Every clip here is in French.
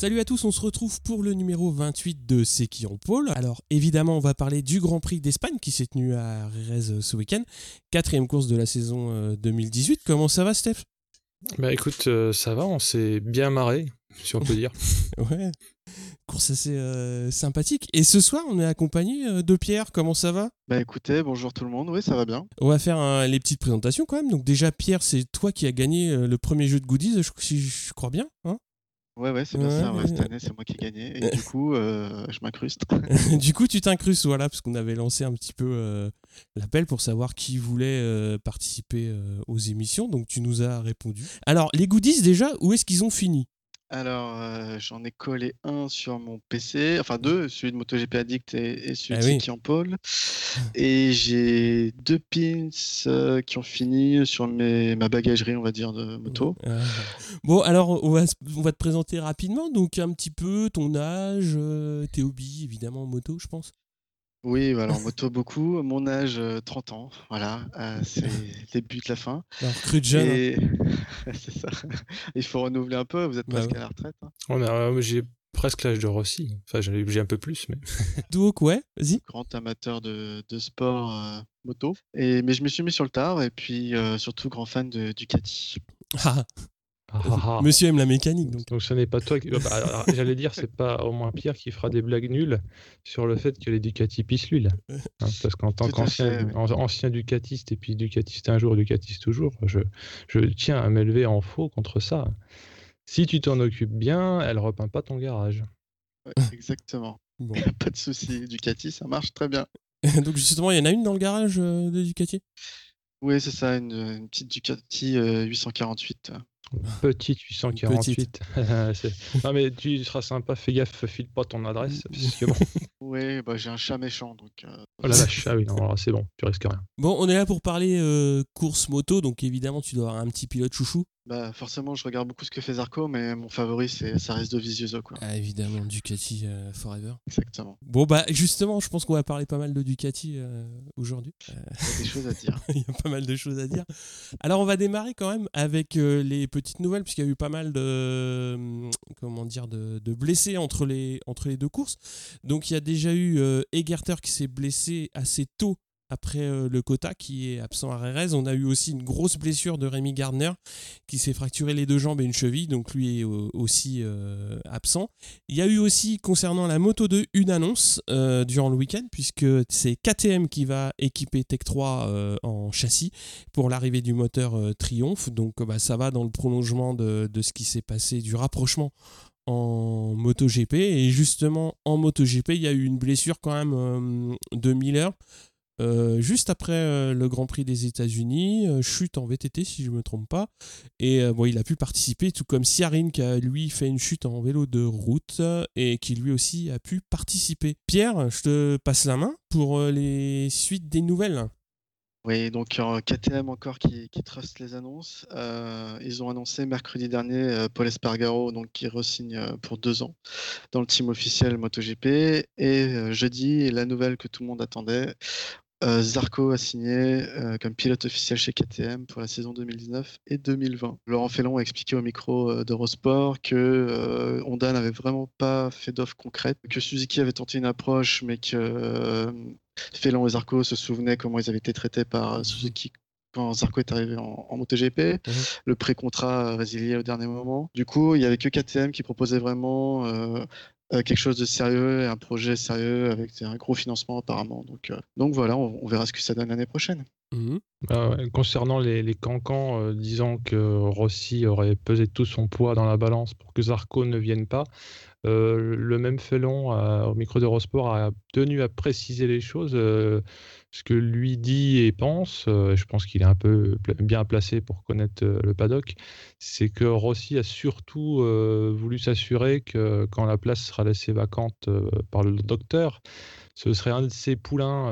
Salut à tous, on se retrouve pour le numéro 28 de C'est qui en pôle. Alors évidemment, on va parler du Grand Prix d'Espagne qui s'est tenu à Jerez ce week-end. 4e course de la saison 2018. Comment ça va, Steph ? Bah écoute, ça va, on s'est bien marré, si on peut dire. Ouais, course assez sympathique. Et ce soir, on est accompagné de Pierre. Comment ça va ? Bah écoutez, bonjour tout le monde, oui ça va bien. On va faire les petites présentations quand même. Donc déjà, Pierre, c'est toi qui as gagné le premier jeu de goodies, si je crois bien, hein ? Ouais, c'est bien ça, cette année c'est moi qui ai gagné et du coup je m'incruste. Du coup, tu t'incrustes, voilà, parce qu'on avait lancé un petit peu l'appel pour savoir qui voulait participer aux émissions, donc tu nous as répondu. Alors, les goodies, déjà, où est-ce qu'ils ont fini ? Alors j'en ai collé un sur mon PC, enfin deux, celui de MotoGP Addict et celui de oui. C'est qui en pôle. Et j'ai 2 pins qui ont fini sur ma bagagerie, on va dire, de moto. Bon, alors on va te présenter rapidement, donc un petit peu ton âge, tes hobbies, évidemment, en moto, je pense. Oui, alors moto beaucoup, mon âge 30 ans, voilà, c'est le début de la fin. Alors, cru de jeune. Et c'est ça, il faut renouveler un peu, vous êtes presque à la retraite. Hein. Ouais, mais j'ai presque l'âge de Rossi, enfin j'ai un peu plus, mais... Donc ouais, vas-y. Grand amateur de sport moto, mais je me suis mis sur le tard, et puis surtout grand fan de Ducati. Monsieur aime la mécanique, donc ce n'est pas toi qui... j'allais dire, c'est pas au moins Pierre qui fera des blagues nulles sur le fait que les Ducati pissent l'huile. Hein, parce qu'en tant qu'ancien ducatiste et puis ducatiste un jour, ducatiste toujours, je tiens à m'élever en faux contre ça. Si tu t'en occupes bien, elle repeint pas ton garage. Ouais, exactement. Bon. Pas de souci, Ducati, ça marche très bien. Donc justement, il y en a une dans le garage de Ducati ? Oui, c'est ça, une petite Ducati 848. Petite 848. Non mais tu seras sympa, fais gaffe, file pas ton adresse. Parce que bon... Oui, j'ai un chat méchant, donc... Oh la vache, ah oui, non, alors c'est bon, tu risques rien. Bon, on est là pour parler course moto, donc évidemment tu dois avoir un petit pilote chouchou. Forcément, je regarde beaucoup ce que fait Zarco, mais mon favori, ça reste Dovizioso, quoi. Ah, évidemment, Ducati Forever. Exactement. Bon, justement, je pense qu'on va parler pas mal de Ducati aujourd'hui. Il y a des choses à dire. Il y a pas mal de choses à dire. Alors, on va démarrer quand même avec les petites nouvelles, puisqu'il y a eu pas mal de blessés entre les deux courses. Donc, il y a déjà eu Egerter qui s'est blessé assez tôt après le quota, qui est absent à Jerez. On a eu aussi une grosse blessure de Rémi Gardner qui s'est fracturé les 2 jambes et une cheville, donc lui est aussi absent. Il y a eu aussi, concernant la Moto 2, une annonce durant le week-end, puisque c'est KTM qui va équiper Tech 3 en châssis pour l'arrivée du moteur Triumph. Donc ça va dans le prolongement de ce qui s'est passé, du rapprochement en MotoGP. Et justement, en MotoGP, il y a eu une blessure quand même de Miller, juste après le Grand Prix des États-Unis, chute en VTT si je ne me trompe pas, et il a pu participer, tout comme Ciarin qui a lui fait une chute en vélo de route et qui lui aussi a pu participer. Pierre, je te passe la main pour les suites des nouvelles. Oui, donc KTM encore qui trust les annonces. Ils ont annoncé mercredi dernier Paul Espargaro, donc qui re-signe pour 2 ans dans le team officiel MotoGP. Et jeudi, la nouvelle que tout le monde attendait, Zarco a signé comme pilote officiel chez KTM pour la saison 2019 et 2020. Laurent Fellon a expliqué au micro d'Eurosport que Honda n'avait vraiment pas fait d'offre concrète, que Suzuki avait tenté une approche, mais que Fellon et Zarco se souvenaient comment ils avaient été traités par Suzuki quand Zarco est arrivé en MotoGP. Le pré-contrat résilié au dernier moment. Du coup, il n'y avait que KTM qui proposait vraiment quelque chose de sérieux, et un projet sérieux avec un gros financement apparemment. Donc voilà, on verra ce que ça donne l'année prochaine. Concernant les cancans disant que Rossi aurait pesé tout son poids dans la balance pour que Zarco ne vienne pas, le même Fellon au micro d'Eurosport a tenu à préciser les choses, ce que lui dit et pense. Je pense qu'il est un peu bien placé pour connaître le paddock. C'est que Rossi a surtout voulu s'assurer que quand la place sera laissée vacante par le docteur, ce serait un de ces poulains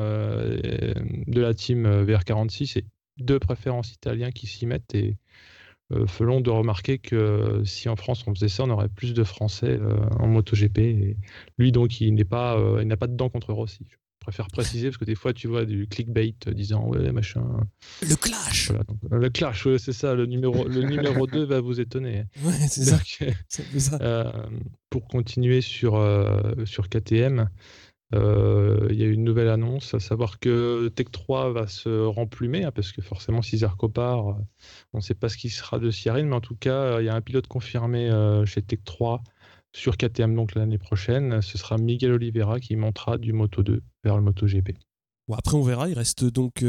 de la team VR46 et de préférence italiens qui s'y mettent. Et Fellon de remarquer que si en France on faisait ça, on aurait plus de Français en MotoGP. Et lui, donc, il n'a pas de dents contre Rossi, je préfère préciser parce que des fois, tu vois du clickbait disant ouais, machin. Le clash. Voilà, donc, le clash, ouais, c'est ça. Le numéro 2 va vous étonner. Ouais, c'est ça. Donc, C'est un peu ça. pour continuer sur KTM, il y a eu une nouvelle annonce, à savoir que Tech 3 va se remplumer, hein, parce que forcément, si Zarco part, on ne sait pas ce qui sera de Cyril, mais en tout cas, il y a un pilote confirmé chez Tech 3 sur KTM donc l'année prochaine. Ce sera Miguel Oliveira qui montera du Moto 2 vers le MotoGP. Bon, après, on verra. Il reste donc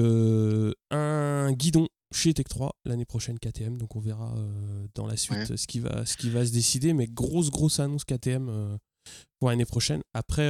un guidon chez Tech 3 l'année prochaine KTM. Donc, on verra dans la suite ce qui va se décider. Mais grosse annonce KTM pour l'année prochaine. Après,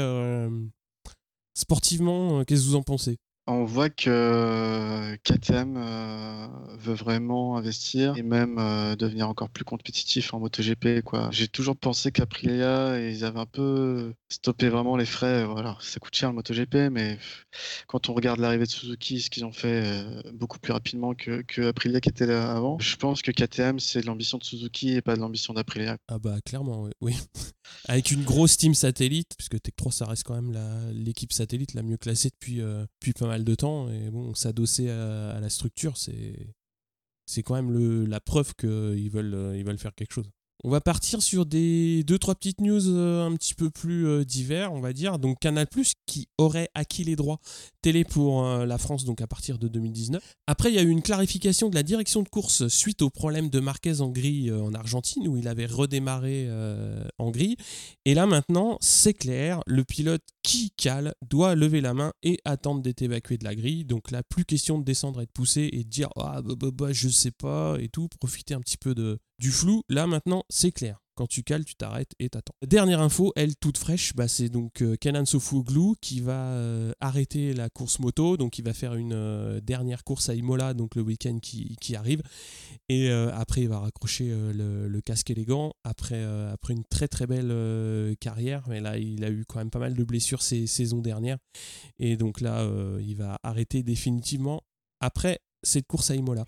sportivement, qu'est-ce que vous en pensez ? On voit que KTM veut vraiment investir et même devenir encore plus compétitif en MotoGP, quoi. J'ai toujours pensé qu'Aprilia, ils avaient un peu stoppé vraiment les frais. Voilà, ça coûte cher le MotoGP, mais quand on regarde l'arrivée de Suzuki, ce qu'ils ont fait beaucoup plus rapidement que Aprilia qui était là avant, je pense que KTM, c'est de l'ambition de Suzuki et pas de l'ambition d'Aprilia. Ah bah clairement, oui. Avec une grosse team satellite, puisque Tech 3 ça reste quand même l'équipe satellite la mieux classée depuis pas mal de temps, et bon, s'adosser à la structure, c'est quand même la preuve qu'ils veulent faire quelque chose. On va partir sur des 2-3 petites news un petit peu plus divers, on va dire. Donc Canal+, qui aurait acquis les droits télé pour la France donc à partir de 2019. Après, il y a eu une clarification de la direction de course suite au problème de Marquez en grille en Argentine, où il avait redémarré en grille. Et là maintenant, c'est clair, le pilote qui cale doit lever la main et attendre d'être évacué de la grille. Donc là, plus question de descendre et de pousser et de dire je sais pas et tout, profiter un petit peu du flou. Là maintenant, c'est clair. Quand tu cales, tu t'arrêtes et t'attends. Dernière info, elle toute fraîche, c'est donc Kenan Sofuoglu qui va arrêter la course moto, donc il va faire une dernière course à Imola, donc le week-end qui arrive, et après il va raccrocher le casque élégant après une très très belle carrière, mais là il a eu quand même pas mal de blessures ces saisons dernières, et donc là il va arrêter définitivement après cette course à Imola.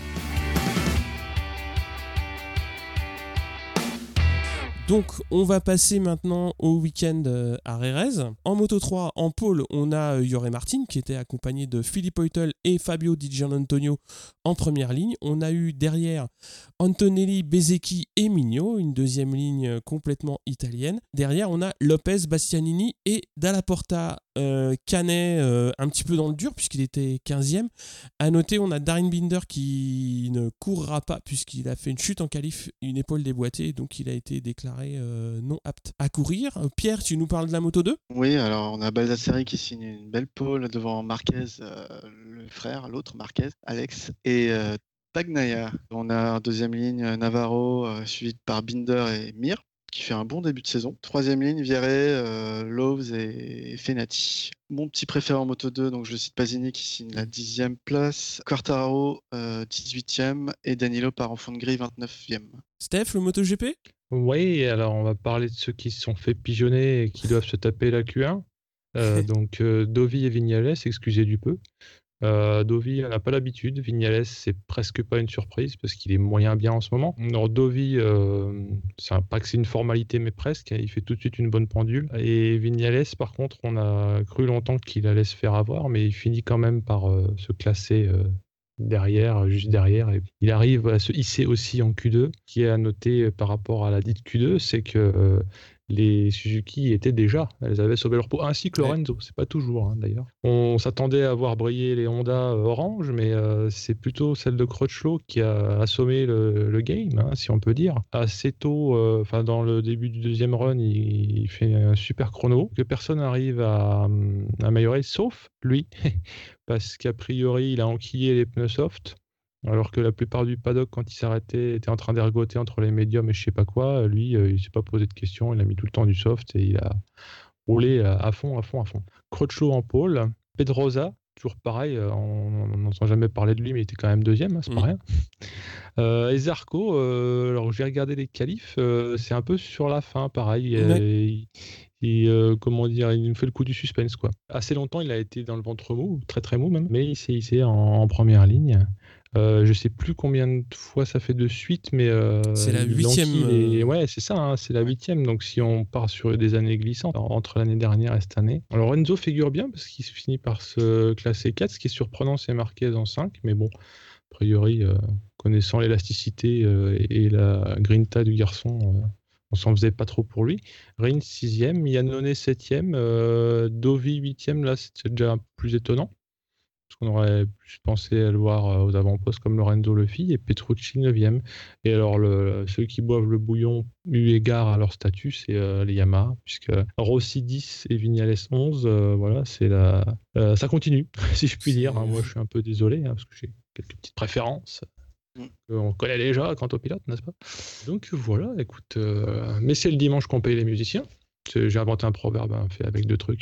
Donc, on va passer maintenant au week-end à Jerez. En Moto 3, en pôle, on a Jorge Martin qui était accompagné de Philippe Oytel et Fabio Di Gianantonio en première ligne. On a eu derrière Antonelli, Bezzecchi et Mignot, une deuxième ligne complètement italienne. Derrière, on a Lopez, Bastianini et Dalla Porta. Canet un petit peu dans le dur puisqu'il était 15e. À noter, on a Darryn Binder qui ne courra pas puisqu'il a fait une chute en qualif, une épaule déboîtée, donc il a été déclaré non apte à courir. Pierre, tu nous parles de la Moto 2 ? Oui, alors on a Baldassari qui signe une belle pole devant Marquez, le frère, l'autre Marquez, Alex, et Bagnaia. On a en deuxième ligne Navarro, suivi par Binder et Mir, qui fait un bon début de saison. Troisième ligne, Vieret, Lowe's et Fenati. Mon petit préféré en Moto 2, donc je cite Pasini qui signe la 10e place, Quartararo 18e et Danilo part en fond de grille 29e. Steph, le MotoGP ? Oui, alors on va parler de ceux qui se sont fait pigeonner et qui doivent se taper la Q1. Donc Dovi et Vignales, excusez du peu. Dovi, on n'a pas l'habitude. Vignales, c'est presque pas une surprise parce qu'il est moyen bien en ce moment. Alors, Dovi, pas que c'est une formalité, mais presque. Il fait tout de suite une bonne pendule. Et Vignales, par contre, on a cru longtemps qu'il allait se faire avoir, mais il finit quand même par se classer juste derrière. Et il arrive à se hisser aussi en Q2. Ce qui est à noter par rapport à la dite Q2, c'est que les Suzuki étaient déjà, elles avaient sauvé leur peau, ainsi que Lorenzo, c'est pas toujours d'ailleurs. On s'attendait à voir briller les Honda orange, mais c'est plutôt celle de Crutchlow qui a assommé le game, si on peut dire. Assez tôt, dans le début du deuxième run, il fait un super chrono que personne n'arrive à améliorer, sauf lui, parce qu'a priori, il a enquillé les pneus soft. Alors que la plupart du paddock, quand il s'arrêtait, était en train d'ergoter entre les médiums et je sais pas quoi. Lui, il s'est pas posé de questions. Il a mis tout le temps du soft et il a roulé à fond. Crutchlow en pôle. Pedrosa, toujours pareil. On n'entend jamais parler de lui, mais il était quand même deuxième, c'est pas rien. Et Zarco, alors j'ai regardé les qualifs. C'est un peu sur la fin, pareil. Comment dire, il nous fait le coup du suspense, quoi. Assez longtemps, il a été dans le ventre mou, très très mou même, mais il s'est hissé en première ligne Je sais plus combien de fois ça fait de suite, mais C'est la il 8e. enquille ouais, c'est ça, hein, c'est la Ouais. 8e. Donc si on part sur des années glissantes entre l'année dernière et cette année. Alors Renzo figure bien parce qu'il finit par se classer 4. Ce qui est surprenant, c'est Marquez en 5. Mais bon, a priori, connaissant l'élasticité et la grinta du garçon, on s'en faisait pas trop pour lui. Rins 6e, Iannone 7e, Dovi 8e. Là, c'est déjà plus étonnant. Parce qu'on aurait plus pensé à le voir aux avant-postes comme Lorenzo le fit, et Petrucci 9e. Et alors, ceux qui boivent le bouillon, eu égard à leur statut, c'est les Yamaha, puisque Rossi 10 et Vignales 11, voilà, ça continue, si je puis dire, hein. Moi, je suis un peu désolé, hein, parce que j'ai quelques petites préférences. Mm. On connaît déjà quant au pilote, n'est-ce pas? Donc voilà, écoute, mais c'est le dimanche qu'on paye les musiciens. J'ai inventé un proverbe fait avec deux trucs.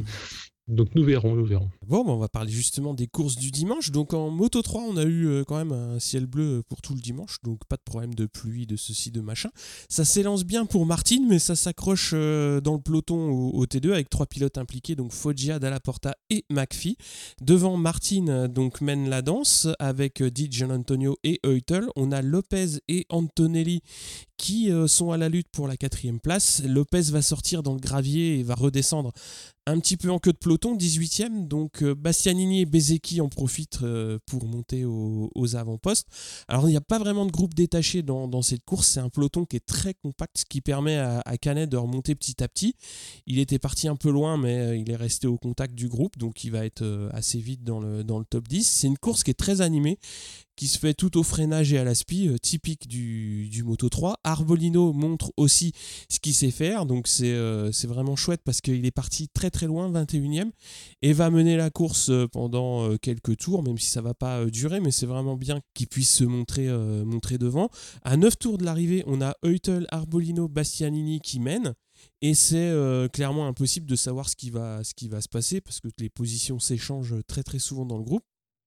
Donc nous verrons, nous verrons. Bon, on va parler justement des courses du dimanche. Donc en Moto 3, on a eu quand même un ciel bleu pour tout le dimanche, donc pas de problème de pluie, de ceci, de machin. Ça s'élance bien pour Martin, mais ça s'accroche dans le peloton au T2 avec 3 pilotes impliqués, donc Foggia, Dalla Porta et McPhee. Devant Martin, donc mène la danse avec Di Gianantonio et Eutel. On a Lopez et Antonelli qui sont à la lutte pour la 4e place. Lopez va sortir dans le gravier et va redescendre un petit peu en queue de peloton, 18e. Donc Bastianini et Bezecchi en profitent pour monter aux avant-postes. Alors il n'y a pas vraiment de groupe détaché dans cette course. C'est un peloton qui est très compact, ce qui permet à Canet de remonter petit à petit. Il était parti un peu loin, mais il est resté au contact du groupe. Donc il va être assez vite dans le top 10. C'est une course qui est très animée, qui se fait tout au freinage et à l'aspi, typique du Moto 3. Arbolino montre aussi ce qu'il sait faire, donc c'est vraiment chouette parce qu'il est parti très très loin, 21e, et va mener la course pendant quelques tours, même si ça va pas durer, mais c'est vraiment bien qu'il puisse se montrer devant. À 9 tours de l'arrivée, on a Eutel, Arbolino, Bastianini qui mènent, et c'est clairement impossible de savoir ce qui va se passer parce que les positions s'échangent très très souvent dans le groupe.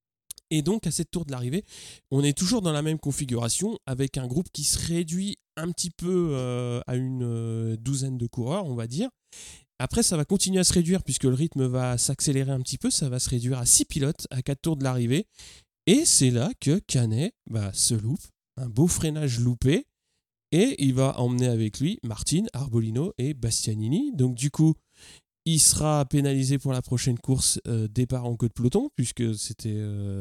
Et donc, à cette tour de l'arrivée, on est toujours dans la même configuration avec un groupe qui se réduit un petit peu à une douzaine de coureurs, on va dire. Après, ça va continuer à se réduire puisque le rythme va s'accélérer un petit peu. Ça va se réduire à 6 pilotes à 4 tours de l'arrivée. Et c'est là que Canet se loupe, un beau freinage loupé. Et il va emmener avec lui Martin, Arbolino et Bastianini. Donc, du coup, il sera pénalisé pour la prochaine course départ en queue de peloton, puisque c'était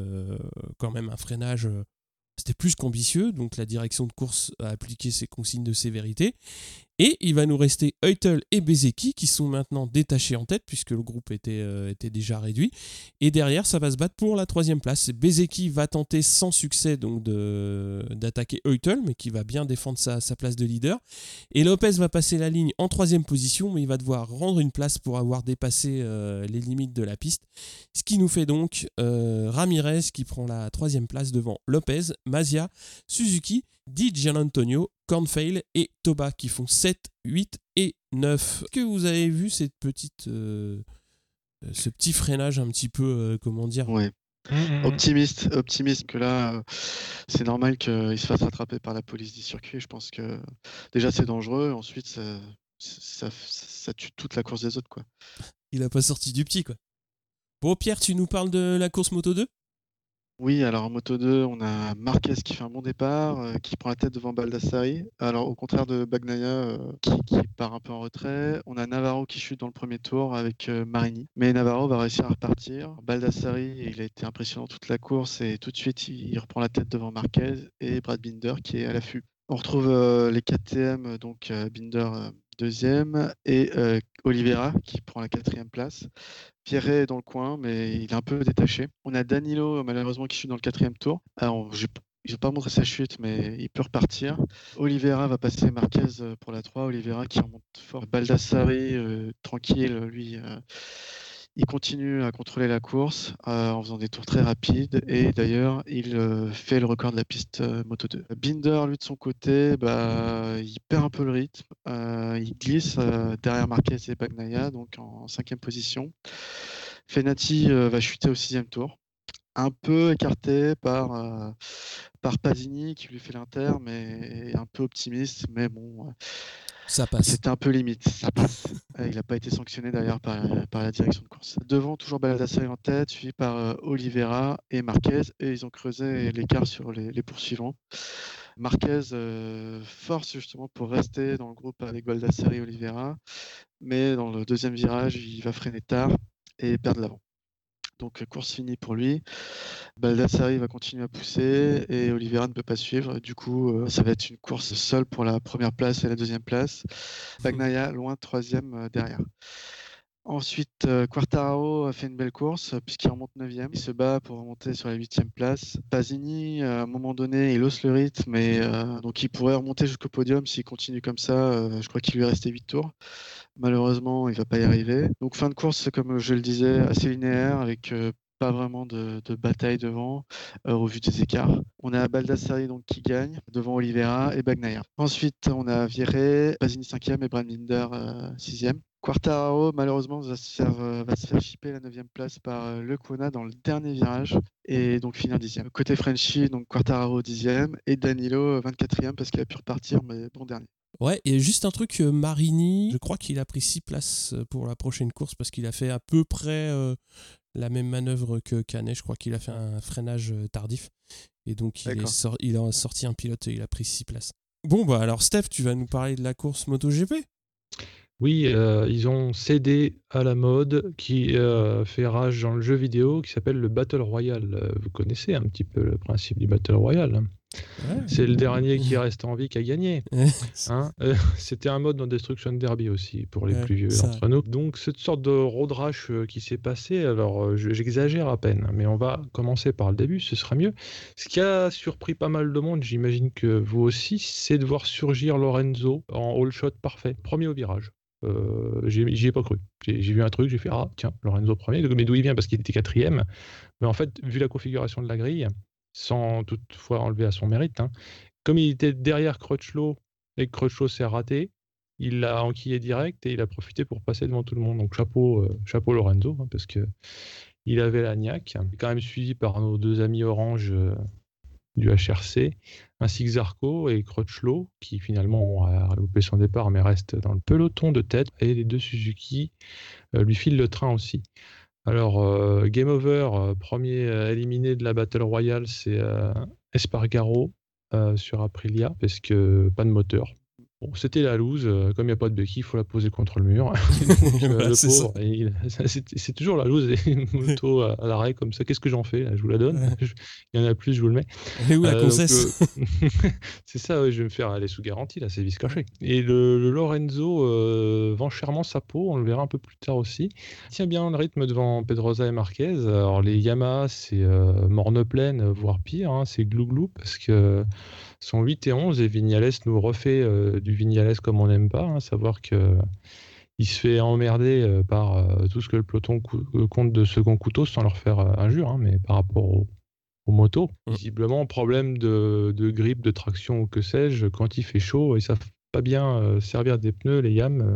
quand même un freinage, c'était plus qu'ambitieux, donc la direction de course a appliqué ses consignes de sévérité. Et il va nous rester Eutel et Bezecchi qui sont maintenant détachés en tête puisque le groupe était déjà réduit. Et derrière, ça va se battre pour la 3e place. Bezecchi va tenter sans succès donc d'attaquer Eutel, mais qui va bien défendre sa place de leader. Et Lopez va passer la ligne en 3e position, mais il va devoir rendre une place pour avoir dépassé les limites de la piste. Ce qui nous fait donc Ramirez qui prend la 3e place devant Lopez, Mazia, Suzuki, Di Gianantonio, Kornfeil et Toba qui font 7, 8 et 9. Est-ce que vous avez vu ce petit freinage un petit peu, comment dire? Ouais. Optimiste que là, c'est normal qu'il se fasse rattraper par la police du circuit. Je pense que déjà c'est dangereux, ensuite ça tue toute la course des autres, quoi. Il a pas sorti du petit, quoi. Bon, Pierre, tu nous parles de la course Moto 2? Oui, alors en Moto 2, on a Marquez qui fait un bon départ, qui prend la tête devant Baldassari. Alors au contraire de Bagnaia, qui part un peu en retrait, on a Navarro qui chute dans le premier tour avec Marini. Mais Navarro va réussir à repartir. Baldassari, il a été impressionnant toute la course et tout de suite il reprend la tête devant Marquez et Brad Binder qui est à l'affût. On retrouve les KTM, donc Binder deuxième et Oliveira qui prend la 4e place. Pierret est dans le coin, mais il est un peu détaché. On a Danilo, malheureusement, qui chute dans le 4e tour. Alors, ils n'ont pas montré sa chute, mais il peut repartir. Oliveira va passer Marquez pour la 3. Oliveira qui remonte fort. Baldassari, tranquille, lui, il continue à contrôler la course en faisant des tours très rapides. Et d'ailleurs, il fait le record de la piste Moto 2. Binder, lui, de son côté, il perd un peu le rythme. Il glisse derrière Marquez et Bagnaia, donc en 5e position. Fenati va chuter au 6e tour. un peu écarté par Pasini qui lui fait l'inter, mais un peu optimiste. Mais bon, Ça passe. c'était un peu limite. Ça passe. Il n'a pas été sanctionné d'ailleurs par la direction de course. Devant, toujours Baldassarri en tête, suivi par Oliveira et Marquez. Et ils ont creusé l'écart sur les poursuivants. Marquez force justement pour rester dans le groupe avec Baldassarri et Oliveira. Mais dans le deuxième virage, il va freiner tard et perdre l'avant. Donc course finie pour lui. Baldassarri va continuer à pousser et Oliveira ne peut pas suivre. Du coup, ça va être une course seule pour la première place et la deuxième place. Bagnaia loin troisième derrière. Ensuite, Quartararo a fait une belle course puisqu'il remonte 9e. Il se bat pour remonter sur la 8e place. Pasini, à un moment donné, il hausse le rythme et donc il pourrait remonter jusqu'au podium s'il continue comme ça. Je crois qu'il lui restait 8 tours. Malheureusement, il ne va pas y arriver. Donc fin de course, comme je le disais, assez linéaire avec pas vraiment de bataille devant au vu des écarts. On a Baldassarri donc, qui gagne devant Oliveira et Bagnaia. Ensuite, on a Viré, Pasini 5e et Brad Binder 6e. Quartararo, malheureusement, va se faire chipper la 9e place par Lecuona dans le dernier virage et donc finir 10e. Côté Frenchie, donc Quartararo 10e et Danilo 24e parce qu'il a pu repartir, mais bon dernier. Ouais, et juste un truc, Marini, je crois qu'il a pris 6 places pour la prochaine course parce qu'il a fait à peu près la même manœuvre que Canet. Je crois qu'il a fait un freinage tardif. Et donc, il a sorti un pilote et il a pris 6 places. Bon, bah alors, Steph, tu vas nous parler de la course MotoGP ? Oui, ils ont cédé à la mode qui fait rage dans le jeu vidéo qui s'appelle le Battle Royale. Vous connaissez un petit peu le principe du Battle Royale, hein ? Ouais. C'est le dernier qui reste en vie qui a gagné. Hein, c'était un mode dans Destruction Derby aussi, pour les plus vieux d'entre nous. Donc, cette sorte de road rash qui s'est passé, alors j'exagère à peine, mais on va commencer par le début, ce sera mieux. Ce qui a surpris pas mal de monde, j'imagine que vous aussi, c'est de voir surgir Lorenzo en all shot parfait, premier au virage. J'y ai pas cru. J'ai vu un truc, j'ai fait ah tiens, Lorenzo premier, mais d'où il vient parce qu'il était 4e. Mais en fait, vu la configuration de la grille, sans toutefois enlever à son mérite, hein, comme il était derrière Crutchlow et que Crutchlow s'est raté, il l'a enquillé direct et il a profité pour passer devant tout le monde. Donc chapeau Lorenzo, hein, parce que il avait la niaque. Il est quand même suivi par nos deux amis orange du HRC, ainsi que Zarco et Crutchlow, qui finalement a loupé son départ, mais reste dans le peloton de tête. Et les deux Suzuki lui filent le train aussi. Alors, Game Over, premier éliminé de la Battle Royale, c'est Espargaro sur Aprilia, parce que pas de moteur. Bon, c'était la loose, comme il n'y a pas de béquille, il faut la poser contre le mur. Donc, Voilà, le c'est pauvre, c'est toujours la loose, une moto à l'arrêt comme ça. Qu'est-ce que j'en fais là ? Je vous la donne. Il y en a plus, je vous le mets. Et où la concesse ? C'est ça, ouais, je vais me faire aller sous garantie, là, c'est vis caché. Et le Lorenzo vend chèrement sa peau, on le verra un peu plus tard aussi. Il tient bien le rythme devant Pedrosa et Marquez. Alors les Yamaha, c'est morne pleine, voire pire, hein, c'est glou-glou, parce que sont 8 et 11 et Vignales nous refait du Vignales comme on n'aime pas, hein, savoir que il se fait emmerder par tout ce que le peloton compte de second couteau sans leur faire injure, hein, mais par rapport aux motos. Visiblement, problème de grippe, de traction ou que sais-je, quand il fait chaud, ils savent pas bien servir des pneus, les Yam.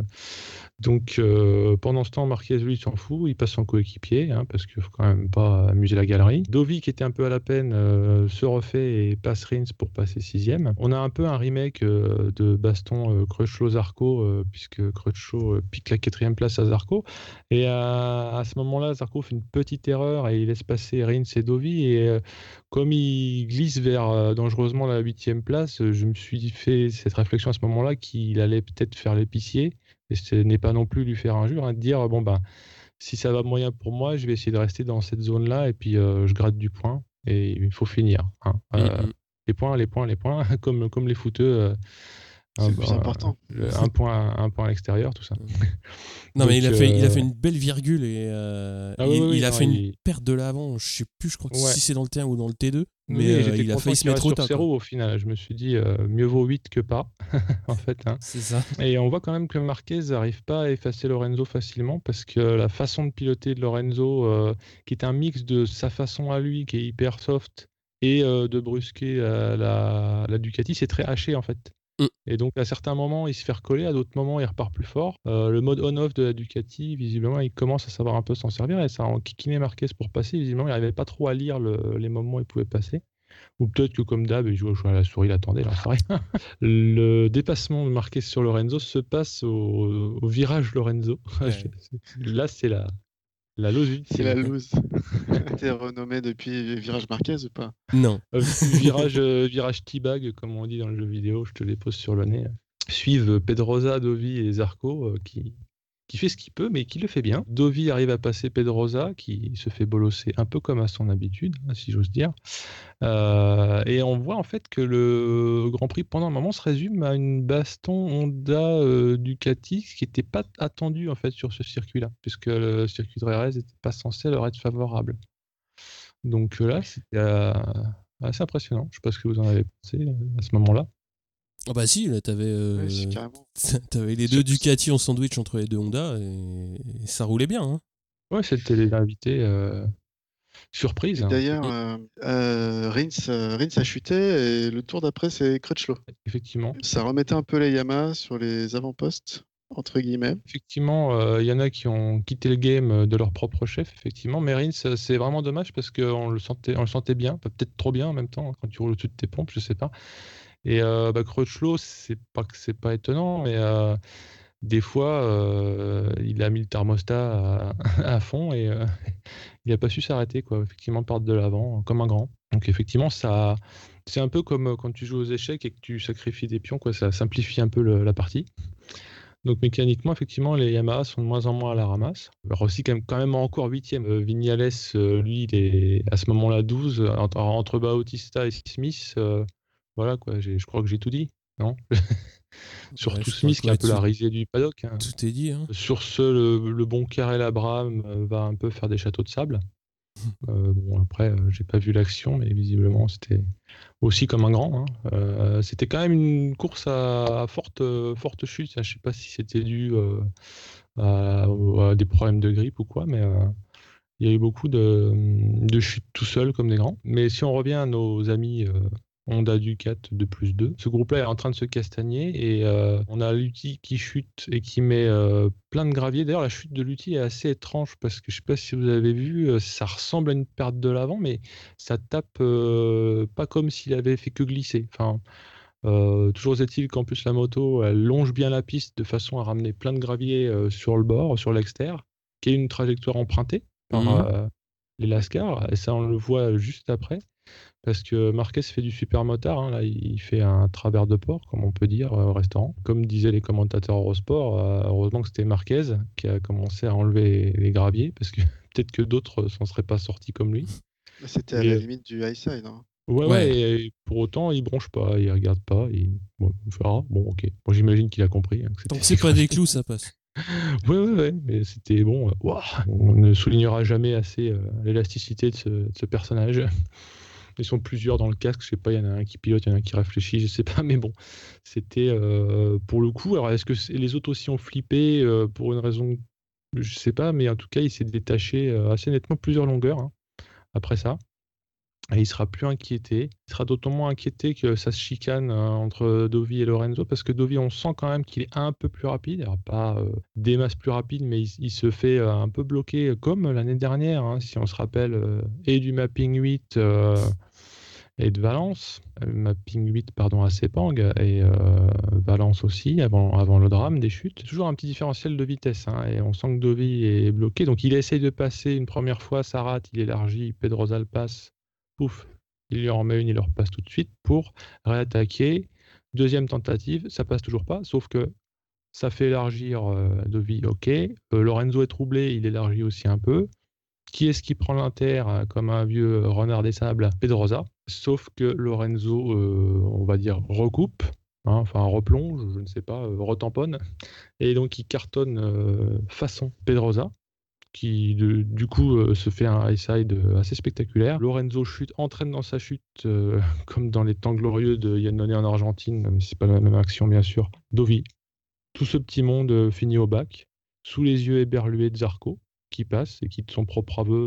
Donc, pendant ce temps, Marquez, lui, il s'en fout, il passe en coéquipier, hein, parce qu'il ne faut quand même pas amuser la galerie. Dovi, qui était un peu à la peine, se refait et passe Rins pour passer 6e. On a un peu un remake de baston Crutchlow-Zarco, puisque Crutchlow pique la 4e place à Zarco. Et à ce moment-là, Zarco fait une petite erreur et il laisse passer Rins et Dovi. Et comme il glisse vers dangereusement la 8e place, je me suis fait cette réflexion à ce moment-là qu'il allait peut-être faire l'épicier. Et ce n'est pas non plus lui faire injure, hein, de dire bon ben si ça va moyen pour moi, je vais essayer de rester dans cette zone-là et puis je gratte du point et il faut finir. Hein. Les points, comme les footeux. C'est le plus important. Un point à l'extérieur, tout ça. Non, donc, mais il a fait une belle virgule et il a fait une perte de l'avant. Je sais plus, je crois que si c'est dans le T1 ou dans le T2. Mais il a failli se mettre au tas. Au final, je me suis dit mieux vaut 8 que pas, en fait. Hein. C'est ça. Et on voit quand même que Marquez n'arrive pas à effacer Lorenzo facilement parce que la façon de piloter de Lorenzo, qui est un mix de sa façon à lui, qui est hyper soft, et de brusquer la Ducati, c'est très haché en fait. Et donc, à certains moments, il se fait recoller, à d'autres moments, il repart plus fort. Le mode on-off de la Ducati, visiblement, il commence à savoir un peu s'en servir et ça a enquiquiné Marquez pour passer. Visiblement, il n'arrivait pas trop à lire les moments où il pouvait passer. Ou peut-être que, comme d'hab, il jouait à la souris, il attendait, il n'en sait rien. Le dépassement de Marquez sur Lorenzo se passe au virage Lorenzo. Ouais. Là, c'est la lose C'est la ultime. loose. T'es renommé depuis Virage Marquez ou pas? Non. Virage T-bag, comme on dit dans le jeu vidéo, je te les pose sur le nez. Suivent Pedrosa, Dovi et Zarco, qui fait ce qu'il peut, mais qui le fait bien. Dovi arrive à passer Pedrosa, qui se fait bolosser un peu comme à son habitude, si j'ose dire. Et on voit en fait que le Grand Prix, pendant un moment, se résume à une baston Honda Ducati, ce qui n'était pas attendu en fait sur ce circuit-là, puisque le circuit de Jerez n'était pas censé leur être favorable. Donc là, c'était assez impressionnant. Je ne sais pas ce que vous en avez pensé à ce moment-là. Ah bah si, là Ouais, c'est carrément. t'avais les deux Ducati en sandwich entre les deux Honda et ça roulait bien. Hein. Ouais, c'était les invités surprise. Et d'ailleurs, Rins a chuté et le tour d'après, c'est Crutchlow. Effectivement. Ça remettait un peu les Yamaha sur les avant-postes, entre guillemets. Effectivement, il y en a qui ont quitté le game de leur propre chef, effectivement. Mais Rins, c'est vraiment dommage parce qu'on le sentait bien, peut-être trop bien en même temps, quand tu roules au-dessus de tes pompes, je sais pas. Et Crutchlow, c'est pas que c'est pas étonnant, mais des fois, il a mis le thermostat à fond et il n'a pas su s'arrêter, quoi. Effectivement, part de l'avant comme un grand. Donc effectivement, c'est un peu comme quand tu joues aux échecs et que tu sacrifies des pions, quoi. Ça simplifie un peu la partie. Donc mécaniquement, effectivement, les Yamaha sont de moins en moins à la ramasse. Rossi quand même encore 8e. Vignales, lui, il est à ce moment-là 12. Entre Bautista et Smith, voilà quoi, je crois que j'ai tout dit, non? Surtout Je crois Smith que qui est un ouais, peu la risée du paddock. Hein. tout est dit. Hein. Sur ce, le bon Karel Abraham va un peu faire des châteaux de sable. Bon, après, j'ai pas vu l'action, mais visiblement, c'était aussi comme un grand. Hein. C'était quand même une course à forte chute. Je sais pas si c'était dû à des problèmes de grippe ou quoi, mais il y a eu beaucoup de chutes tout seul comme des grands. Mais si on revient à nos amis Honda Ducat 2+2, ce groupe-là est en train de se castagner et on a Lutti qui chute et qui met plein de gravier. D'ailleurs, la chute de Lutti est assez étrange parce que je ne sais pas si vous avez vu, ça ressemble à une perte de l'avant, mais ça tape pas comme s'il avait fait que glisser. Enfin, toujours est-il qu'en plus la moto elle longe bien la piste de façon à ramener plein de gravier sur le bord, sur l'extérieur, qui est une trajectoire empruntée par les Lascar, et ça on le voit juste après, parce que Marquez fait du super motard, hein, là il fait un travers de porc, comme on peut dire, au restaurant. Comme disaient les commentateurs Eurosport, heureusement que c'était Marquez qui a commencé à enlever les graviers, parce que peut-être que d'autres s'en seraient pas sortis comme lui. C'était à la limite du high side. Hein. Ouais, et pour autant, il bronche pas, il regarde pas, il fera, bon, ok. Bon, j'imagine qu'il a compris. Hein, que Tant que c'était c'est pas des clous, ça passe. ouais, mais c'était bon. On ne soulignera jamais assez l'élasticité de ce personnage. Ils sont plusieurs dans le casque, je sais pas, il y en a un qui pilote, il y en a un qui réfléchit, je sais pas, mais bon, c'était pour le coup. Alors, est-ce que les autres aussi ont flippé pour une raison, je sais pas, mais en tout cas, il s'est détaché assez nettement plusieurs longueurs hein, après ça. Et il sera plus inquiété. Il sera d'autant moins inquiété que ça se chicane entre Dovi et Lorenzo, parce que Dovi, on sent quand même qu'il est un peu plus rapide. Alors, pas des masses plus rapides, mais il se fait un peu bloquer, comme l'année dernière, hein, si on se rappelle, et du mapping 8 et de Valence. Mapping 8, pardon, à Sepang, et Valence aussi, avant le drame des chutes. Toujours un petit différentiel de vitesse, hein, et on sent que Dovi est bloqué. Donc, il essaye de passer une première fois, ça rate, il élargit, Pedrosa le passe. Pouf, il lui en remet une, il leur passe tout de suite pour réattaquer. Deuxième tentative, ça passe toujours pas, sauf que ça fait élargir Dovi, ok. Lorenzo est troublé, il élargit aussi un peu. Qui est-ce qui prend l'inter comme un vieux renard des sables? Pedrosa. Sauf que Lorenzo, on va dire, recoupe, hein, enfin replonge, je ne sais pas, retamponne. Et donc il cartonne façon Pedrosa qui du coup se fait un high side assez spectaculaire. Lorenzo chute, entraîne dans sa chute, comme dans les temps glorieux de Iannone en Argentine, même si c'est pas la même action bien sûr. Dovi. Tout ce petit monde finit au bac, sous les yeux éberlués de Zarco, qui passe et qui de son propre aveu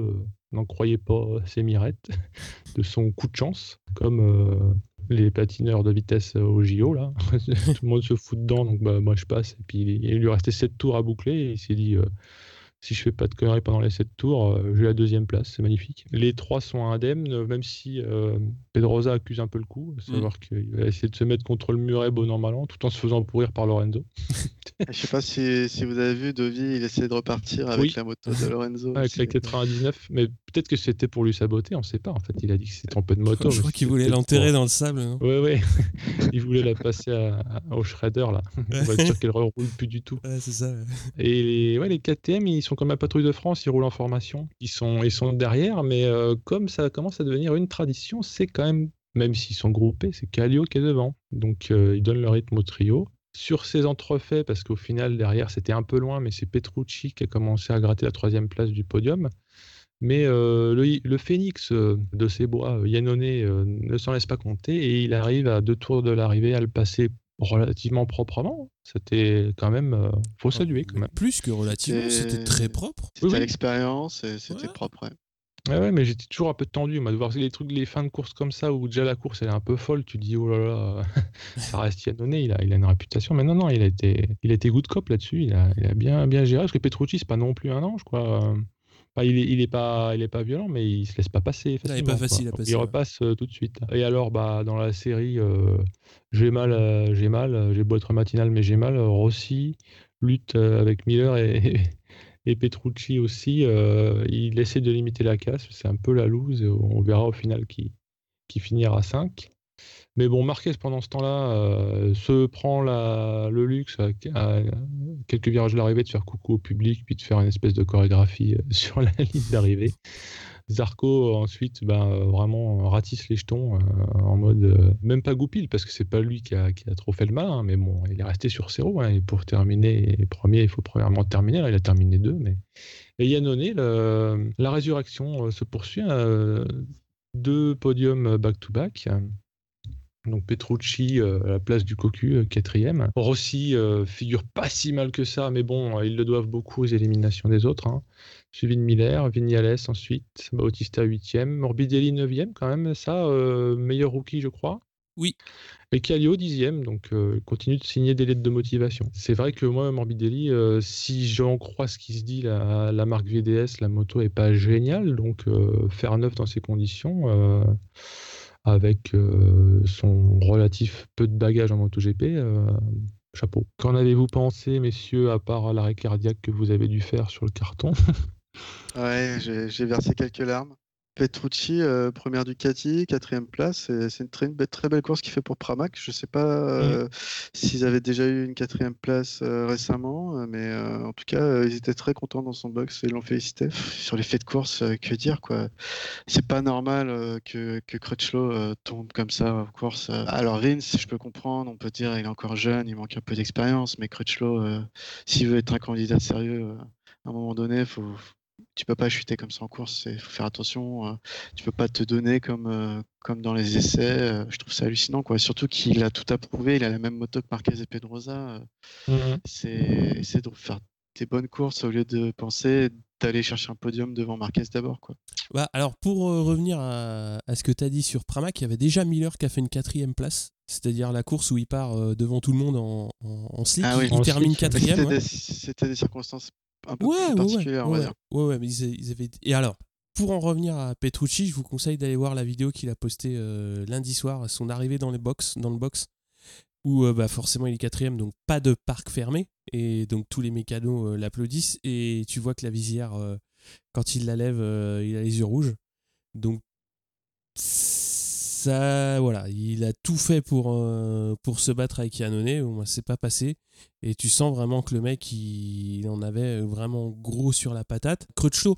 n'en croyait pas ses mirettes de son coup de chance, comme les patineurs de vitesse au JO, là. Tout le monde se fout dedans, donc moi je passe. Et puis il lui restait 7 tours à boucler, et il s'est dit si je fais pas de conneries pendant les 7 tours, j'ai la 2e place, c'est magnifique. Les 3 sont indemnes, même si Pedrosa accuse un peu le coup, à savoir qu'il va essayer de se mettre contre le muret bon an mal an, tout en se faisant pourrir par Lorenzo. Je sais pas si vous avez vu, Dovi, il essaie de repartir avec la moto de Lorenzo. Avec aussi. la 99, mais peut-être que c'était pour lui saboter, on sait pas. En fait, il a dit que c'était trompé de moto. Je crois qu'il voulait l'enterrer dans le sable, non ? Ouais. Il voulait la passer au shredder, là. On va être sûr qu'elle ne roule plus du tout. Ouais, c'est ça. Et les KTM, ils sont comme la patrouille de France, ils roulent en formation. Ils sont derrière, mais comme ça commence à devenir une tradition, c'est quand même s'ils sont groupés, c'est Kallio qui est devant. Donc, ils donnent le rythme au trio. Sur ces entrefaits, parce qu'au final, derrière, c'était un peu loin, mais c'est Petrucci qui a commencé à gratter la 3e place du podium. Mais le phénix de ces bois, Iannone, ne s'en laisse pas compter, et il arrive à 2 tours de l'arrivée à le passer relativement proprement. C'était quand même... faut saluer quand même. Plus que relativement, c'était très propre. C'était l'expérience et c'était propre, ouais. Ouais, mais j'étais toujours un peu tendu, moi, de voir les fins de course comme ça, où déjà la course elle est un peu folle, tu te dis oh là là, ça reste Iannone, il a une réputation, mais non, il a été good cop là-dessus, il a bien géré, parce que Petrucci, c'est pas non plus un ange, quoi. Enfin, il est pas violent, mais il se laisse pas passer facilement. Il est pas facile à passer. Il repasse tout de suite. Et alors, dans la série, j'ai beau être matinal, mais j'ai mal. Rossi lutte avec Miller et Petrucci aussi. Il essaie de limiter la casse. C'est un peu la loose. On verra au final qui finira à 5. Mais bon, Marquez, pendant ce temps-là, se prend le luxe à quelques virages de l'arrivée de faire coucou au public, puis de faire une espèce de chorégraphie sur la ligne d'arrivée. Zarco, ensuite, vraiment ratisse les jetons en mode... même pas goupil, parce que c'est pas lui qui a trop fait le mal, hein, mais bon, il est resté sur 0. Et pour terminer premier, il faut premièrement terminer. Là, il a terminé 2. Et Iannone, la résurrection se poursuit. 2 podiums back-to-back. Donc Petrucci à la place du cocu, 4e. Rossi figure pas si mal que ça, mais bon, ils le doivent beaucoup aux éliminations des autres. Hein. Suivi de Miller, Vignales ensuite, Bautista 8e, Morbidelli 9e quand même, ça, meilleur rookie je crois. Oui. Et Kallio 10e, donc continue de signer des lettres de motivation. C'est vrai que moi, Morbidelli, si j'en crois ce qui se dit, la marque VDS, la moto est pas géniale, donc faire neuf dans ces conditions... avec son relatif peu de bagages en MotoGP, chapeau. Qu'en avez-vous pensé, messieurs, à part l'arrêt cardiaque que vous avez dû faire sur le carton? Ouais, j'ai versé quelques larmes. Petrucci, première Ducati, 4e place. C'est une très belle course qu'il fait pour Pramac. Je ne sais pas s'ils avaient déjà eu une 4e place récemment, mais en tout cas, ils étaient très contents dans son box et l'ont félicité. Sur les faits de course, que dire, quoi. C'est pas normal que Crutchlow tombe comme ça en course. Alors Rins, je peux comprendre, on peut dire il est encore jeune, il manque un peu d'expérience, mais Crutchlow, s'il veut être un candidat sérieux, à un moment donné, tu peux pas chuter comme ça en course, il faut faire attention. Tu peux pas te donner comme dans les essais. Je trouve ça hallucinant, quoi. Surtout qu'il a tout approuvé, il a la même moto que Marquez et Pedrosa. C'est de faire des bonnes courses au lieu de penser d'aller chercher un podium devant Marquez d'abord, quoi. Alors pour revenir à ce que tu as dit sur Pramac, il y avait déjà Miller qui a fait une 4e place, c'est-à-dire la course où il part devant tout le monde en slick. Ah oui, il termine 4e. C'était des circonstances un peu plus particulière, on va dire. Ouais, mais ils avaient... Et alors, pour en revenir à Petrucci, je vous conseille d'aller voir la vidéo qu'il a postée lundi soir à son arrivée dans le box, où forcément il est 4e, donc pas de parc fermé, et donc tous les mécanos l'applaudissent, et tu vois que la visière, quand il la lève, il a les yeux rouges. Donc ça, voilà, il a tout fait pour se battre avec Iannone. Moi, c'est pas passé. Et tu sens vraiment que le mec, il en avait vraiment gros sur la patate. Crutchlow,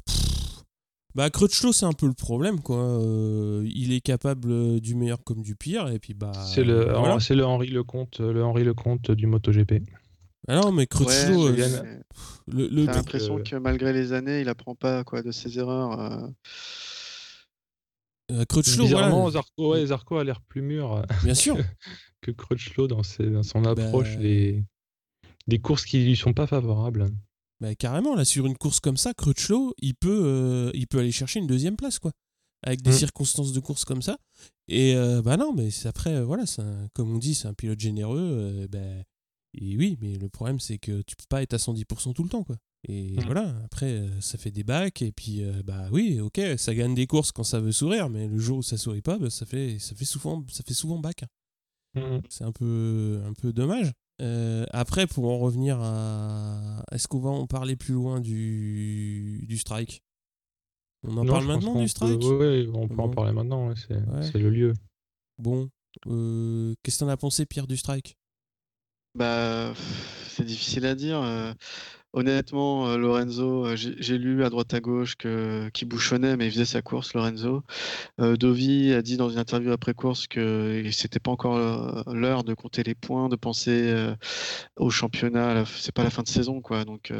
c'est un peu le problème, quoi. Il est capable du meilleur comme du pire. Et puis, c'est le Henri Lecomte du MotoGP. Ah non, mais Crutchlow, t'as l'impression que malgré les années, il apprend pas, quoi, de ses erreurs. Crutchlow, bizarrement, voilà. Zarco a l'air plus mûr bien sûr. que Crutchlow dans son approche des courses qui lui sont pas favorables. Bah, carrément, là, sur une course comme ça, Crutchlow, il peut aller chercher une deuxième place, quoi. Avec des circonstances de course comme ça. Et bah non, mais après, voilà, comme on dit, c'est un pilote généreux. Et oui, mais le problème, c'est que tu peux pas être à 110% tout le temps, quoi. Et voilà, après, ça fait des bacs. Et puis, bah oui, ok, ça gagne des courses quand ça veut sourire, mais le jour où ça sourit pas, bah, ça fait souvent bac. C'est un peu dommage. Après, pour en revenir à... Est-ce qu'on va en parler plus loin du strike? On en parle maintenant du strike? Oui, on peut en parler maintenant, ouais, c'est le lieu. Bon, qu'est-ce que t'en as pensé, Pierre, du strike? Bah, c'est difficile à dire. Honnêtement, Lorenzo, j'ai lu à droite à gauche qu'il bouchonnait, mais il faisait sa course, Lorenzo. Dovi a dit dans une interview après course que c'était pas encore l'heure de compter les points, de penser au championnat. C'est pas la fin de saison, quoi. Donc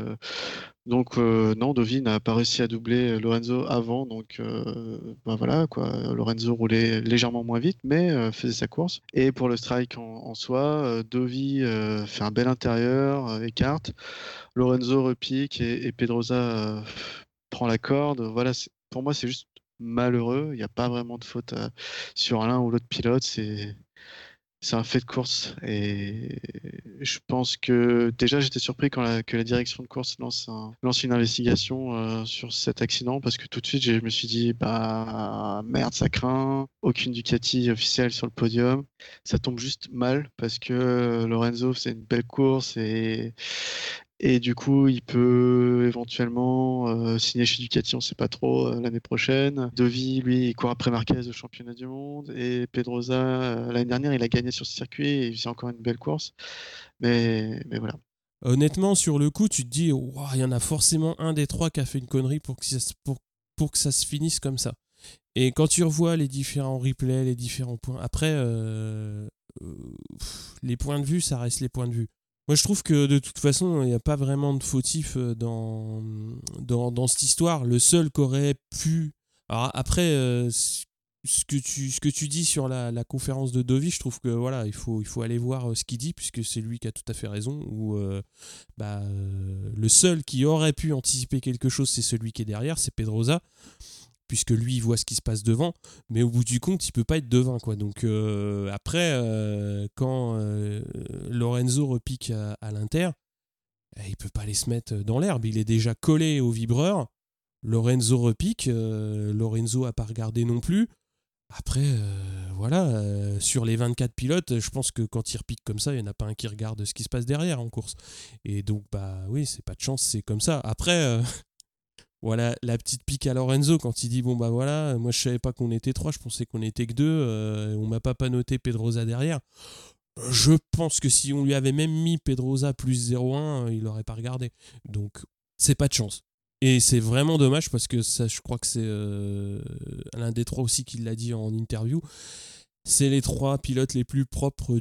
non, Dovi n'a pas réussi à doubler Lorenzo avant. Donc bah voilà, quoi. Lorenzo roulait légèrement moins vite, mais faisait sa course. Et pour le strike en soi, Dovi fait un bel intérieur, écarte. Lorenzo repique et Pedrosa prend la corde. Voilà, pour moi, c'est juste malheureux. Il n'y a pas vraiment de faute sur l'un ou l'autre pilote. C'est un fait de course. Et je pense que déjà, j'étais surpris que la direction de course lance une investigation sur cet accident parce que tout de suite, je me suis dit, bah merde, ça craint. Aucune Ducati officielle sur le podium. Ça tombe juste mal parce que Lorenzo faisait une belle course et du coup, il peut éventuellement signer chez Ducati, on ne sait pas trop, l'année prochaine. Dovi, lui, il court après Marquez au championnat du monde. Et Pedrosa, l'année dernière, il a gagné sur ce circuit et il faisait encore une belle course. Mais voilà. Honnêtement, sur le coup, tu te dis, il y en a forcément un des trois qui a fait une connerie pour que ça se finisse comme ça. Et quand tu revois les différents replays, les différents points, après, les points de vue, ça reste les points de vue. Moi, je trouve que de toute façon, il n'y a pas vraiment de fautif dans cette histoire. Le seul qu'aurait pu... Alors après, ce que tu dis sur la conférence de Dovi, je trouve que voilà, il faut aller voir ce qu'il dit, puisque c'est lui qui a tout à fait raison. Le seul qui aurait pu anticiper quelque chose, c'est celui qui est derrière, c'est Pedrosa, puisque lui, il voit ce qui se passe devant, mais au bout du compte, il peut pas être devin, quoi. Donc après, quand Lorenzo repique à l'Inter, il peut pas aller se mettre dans l'herbe, il est déjà collé au vibreur. Lorenzo repique, Lorenzo a pas regardé non plus. Après, sur les 24 pilotes, je pense que quand ils repiquent comme ça, il n'y en a pas un qui regarde ce qui se passe derrière en course. Et donc, bah oui, c'est pas de chance, c'est comme ça. Après, voilà la petite pique à Lorenzo quand il dit bon bah voilà, moi je savais pas qu'on était 3, je pensais qu'on était que 2, on m'a pas noté Pedrosa derrière. Je pense que si on lui avait même mis Pedrosa plus 0,1, il aurait pas regardé. Donc c'est pas de chance. Et c'est vraiment dommage parce que ça, je crois que c'est l'un des trois aussi qui l'a dit en interview. C'est les trois pilotes les plus propres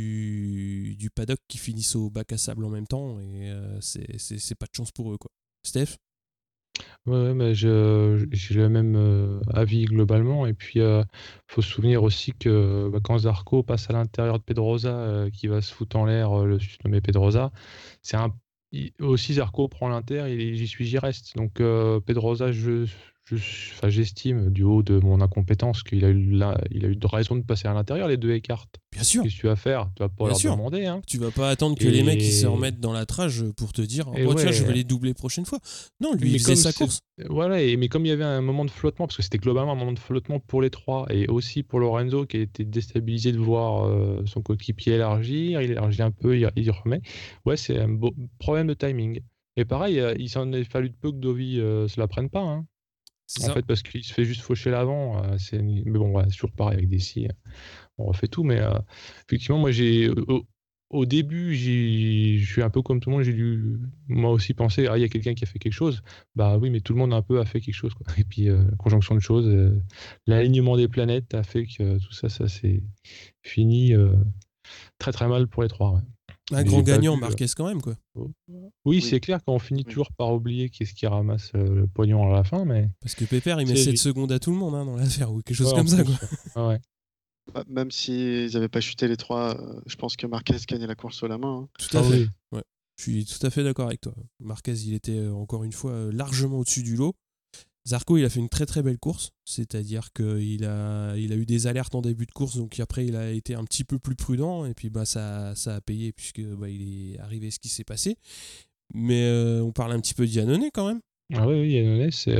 du paddock qui finissent au bac à sable en même temps. Et c'est pas de chance pour eux, quoi. Steph? Ouais, mais j'ai le même avis globalement. Et puis, faut se souvenir aussi que quand Zarco passe à l'intérieur de Pedrosa, qui va se foutre en l'air le surnommé Pedrosa, c'est aussi Zarco prend l'inter, j'y suis, j'y reste. Donc, Pedrosa, j'estime, du haut de mon incompétence, qu'il a eu de raison de passer à l'intérieur, les deux écartes. Bien sûr. Qu'est-ce que tu vas faire? Tu vas pas Bien leur sûr. demander. Hein. Tu vas pas attendre que les mecs ils se remettent dans la trage pour te dire tiens, je vais les doubler prochaine fois. Non, lui, il faisait sa course. Voilà, mais comme il y avait un moment de flottement, parce que c'était globalement un moment de flottement pour les trois, et aussi pour Lorenzo qui a été déstabilisé de voir son coéquipier élargir, il élargit un peu, il remet. Ouais, c'est un problème de timing. Et pareil, il s'en est fallu de peu que Dovi se la prenne pas. Hein. En fait, parce qu'il se fait juste faucher l'avant. Mais bon, c'est toujours pareil avec des scies. On refait tout, mais effectivement, moi, au début, je suis un peu comme tout le monde, j'ai dû moi aussi penser, il y a quelqu'un qui a fait quelque chose. Bah oui, mais tout le monde un peu a fait quelque chose, quoi. Et puis, conjonction de choses, l'alignement des planètes a fait que tout ça s'est fini très très mal pour les trois. Ouais. Un grand gagnant, Marquez quand même, quoi. Oui, c'est clair qu'on finit toujours par oublier qui est-ce qui ramasse le pognon à la fin, mais... Parce que Pépère, il met 7 secondes à tout le monde dans l'affaire, ou quelque chose comme ça, quoi. Ouais. Même s'ils n'avaient pas chuté les trois, je pense que Marquez gagnait la course au la main. Hein. Tout à fait. Oui. Ouais. Je suis tout à fait d'accord avec toi. Marquez, il était encore une fois largement au-dessus du lot. Zarco, il a fait une très très belle course, c'est-à-dire qu'il a eu des alertes en début de course, donc après il a été un petit peu plus prudent, et puis ça a payé puisque il est arrivé ce qui s'est passé. Mais on parle un petit peu d'Iannone quand même. Ah oui, Yannone, c'est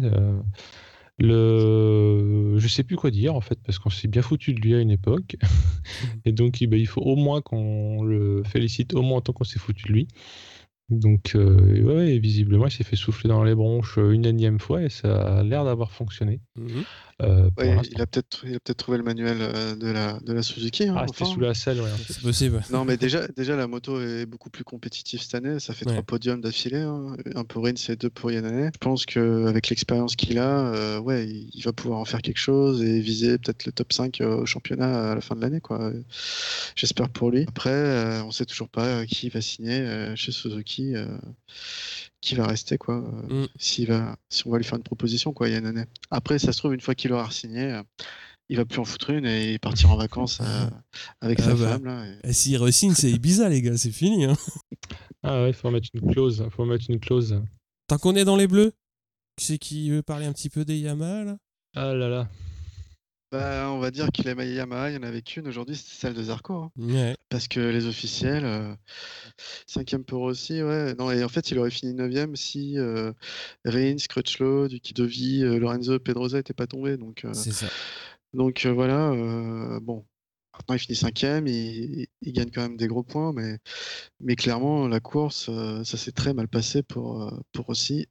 je sais plus quoi dire en fait, parce qu'on s'est bien foutu de lui à une époque, et donc il faut au moins qu'on le félicite au moins tant qu'on s'est foutu de lui. Donc visiblement il s'est fait souffler dans les bronches une énième fois et ça a l'air d'avoir fonctionné pour Ouais, l'instant. il a peut-être trouvé le manuel de la Suzuki. Hein, C'était enfin. sous la selle, ouais, en fait. C'est possible. Non, mais déjà, la moto est beaucoup plus compétitive cette année. Ça fait 3 Ouais. podiums d'affilée. Hein. Un pour Rins et 2 pour Yannone. Je pense qu'avec l'expérience qu'il a, il va pouvoir en faire quelque chose et viser peut-être le top 5 au championnat à la fin de l'année, quoi. J'espère pour lui. Après, on sait toujours pas qui va signer chez Suzuki, qui va rester, quoi. Si on va lui faire une proposition, quoi, Yannone. Après, ça se trouve, une fois qu'il aura signé, il va plus en foutre une et partir en vacances avec sa femme. Là, et s'il re-signe, c'est Ibiza, les gars, c'est fini. Hein. Ah ouais, faut mettre une clause. Tant qu'on est dans les bleus, qui c'est qui veut parler un petit peu des Yamaha là? Ah là là. Bah, on va dire qu'il aime Yamaha, il y en avait qu'une aujourd'hui, c'était celle de Zarco. Hein. Ouais. Parce que les officiels, 5e pour Rossi, ouais. Non, et en fait, il aurait fini 9e si Rins, Crutchlow, Duki Dovi, Lorenzo Pedrosa n'étaient pas tombés. C'est ça. Donc voilà, bon. Maintenant, il finit 5e, il gagne quand même des gros points, mais clairement, la course, ça s'est très mal passé pour Rossi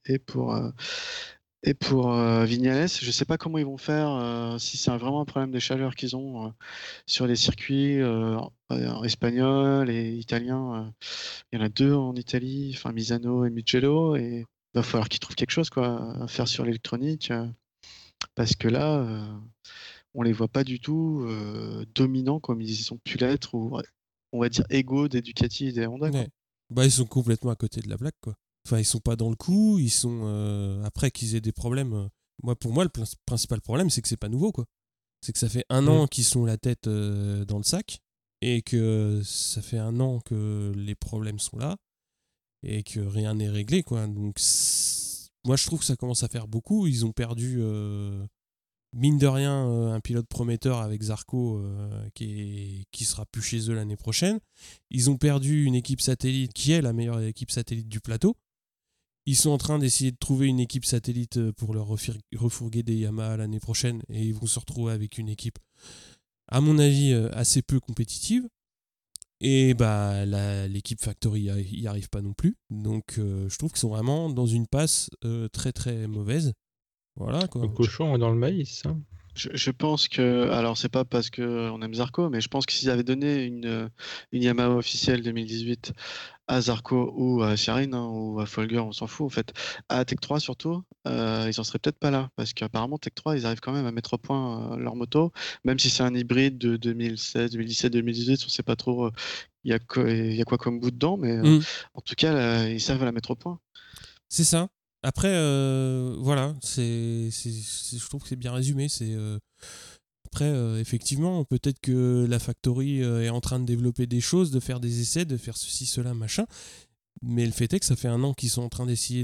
et pour Vignales. Je ne sais pas comment ils vont faire, si c'est vraiment un problème de chaleur qu'ils ont sur les circuits espagnols et italiens. Il y en a 2 en Italie, enfin Misano et Mugello, et il va falloir qu'ils trouvent quelque chose quoi, à faire sur l'électronique, parce que là, on les voit pas du tout dominants comme ils ont pu l'être, ou on va dire égaux des Ducati et des Honda. Quoi. Ouais. Ils sont complètement à côté de la plaque, quoi. Enfin, ils sont pas dans le coup, ils sont après qu'ils aient des problèmes. Pour moi, le principal problème, c'est que c'est pas nouveau, quoi. C'est que ça fait un an qu'ils sont la tête dans le sac et que ça fait un an que les problèmes sont là et que rien n'est réglé, quoi. Donc, moi, je trouve que ça commence à faire beaucoup. Ils ont perdu, mine de rien, un pilote prometteur avec Zarco qui sera plus chez eux l'année prochaine. Ils ont perdu une équipe satellite qui est la meilleure équipe satellite du plateau. Ils sont en train d'essayer de trouver une équipe satellite pour leur refourguer des Yamaha l'année prochaine et ils vont se retrouver avec une équipe, à mon avis, assez peu compétitive. Et l'équipe Factory y arrive pas non plus. Donc je trouve qu'ils sont vraiment dans une passe très très mauvaise. Voilà quoi. Le cochon est dans le maïs. Hein. Je pense que, alors c'est pas parce qu'on aime Zarco, mais je pense que s'ils avaient donné une Yamaha officielle 2018 à Zarco ou à Sharin, hein, ou à Folger, on s'en fout en fait, à Tech 3 surtout, ils en seraient peut-être pas là, parce qu'apparemment Tech 3 ils arrivent quand même à mettre au point leur moto, même si c'est un hybride de 2016, 2017, 2018, on sait pas trop il y a quoi comme bout dedans, mais en tout cas là, ils savent la mettre au point. C'est ça. Après, voilà, je trouve que c'est bien résumé. Après, effectivement, peut-être que la Factory est en train de développer des choses, de faire des essais, de faire ceci, cela, machin. Mais le fait est que ça fait un an qu'ils sont en train d'essayer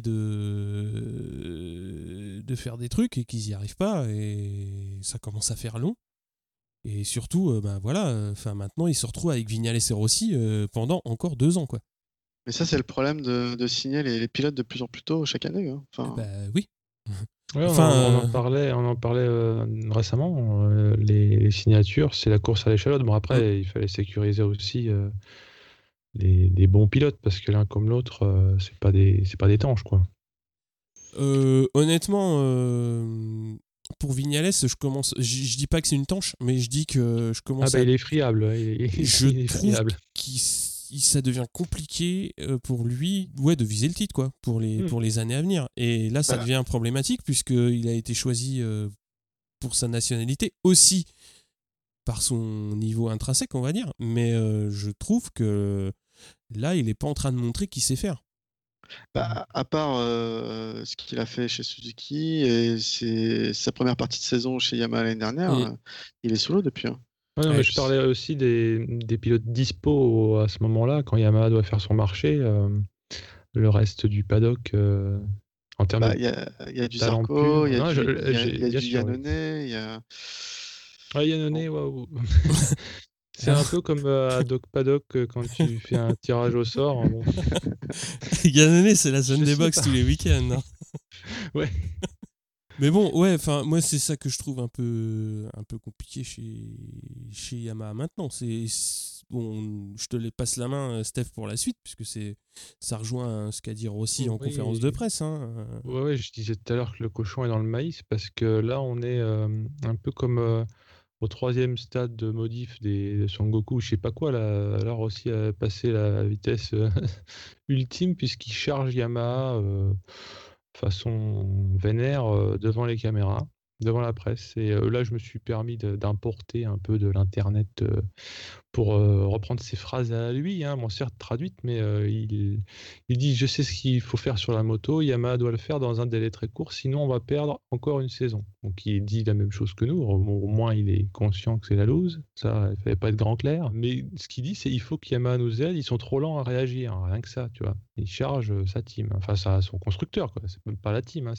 de faire des trucs et qu'ils n'y arrivent pas. Et ça commence à faire long. Et surtout, maintenant, ils se retrouvent avec Vignales et Rossi pendant encore 2 ans, quoi. Mais ça, c'est le problème de signer les pilotes de plus en plus tôt chaque année. Hein. Enfin... Oui. Ouais, on en parlait récemment. Les signatures, c'est la course à l'échalote. Bon, après, il fallait sécuriser aussi les bons pilotes parce que l'un comme l'autre, c'est pas des tanches, quoi. Honnêtement, pour Vignales, je dis pas que c'est une tanche, mais je dis que je commence il est friable. Je il est trouve friable. ça devient compliqué pour lui de viser le titre, quoi, pour les années à venir. Et là, ça devient problématique puisqu'il a été choisi pour sa nationalité, aussi par son niveau intrinsèque, on va dire. Mais je trouve que là, il n'est pas en train de montrer qu'il sait faire. À part ce qu'il a fait chez Suzuki et sa première partie de saison chez Yamaha l'année dernière, il est sous l'eau depuis. Hein. Ouais, non, mais je parlais aussi des pilotes dispo à ce moment-là, quand Yamaha doit faire son marché, le reste du paddock, en termes de Il y a du talent Zarco, pur. Non, j'ai il y a bien du sûr. Oui. Yannone, il y a... Ouais, Bon. Yannone, waouh. C'est un peu comme à Doc Paddock quand tu fais un tirage au sort. Bon, Yannone, c'est la zone je des sais box pas. tous les week-ends. Hein. Ouais. Mais bon, ouais, enfin, moi, c'est ça que je trouve un peu compliqué chez Yamaha maintenant. Bon, je te les passe la main, Steph, pour la suite, puisque ça rejoint ce qu'a dit Rossi en conférence de Oui. presse. Hein. Ouais, je disais tout à l'heure que le cochon est dans le maïs parce que là, on est un peu comme au troisième stade de modif de Son Goku, je sais pas quoi. Là aussi a passé la vitesse ultime puisqu'il charge Yamaha façon vénère devant les caméras, devant la presse. Et là, je me suis permis d'importer un peu de l'internet pour reprendre ses phrases à lui, hein, bon, certes traduites, mais il dit: Je sais ce qu'il faut faire sur la moto, Yamaha doit le faire dans un délai très court, sinon on va perdre encore une saison. Donc il dit la même chose que nous, au moins il est conscient que c'est la loose, ça, il fallait pas être grand clair. Mais ce qu'il dit, c'est il faut que Yamaha nous aide, ils sont trop lents à réagir, hein, rien que ça, tu vois. Il charge sa team, enfin son constructeur, quoi. C'est même pas la team, hein,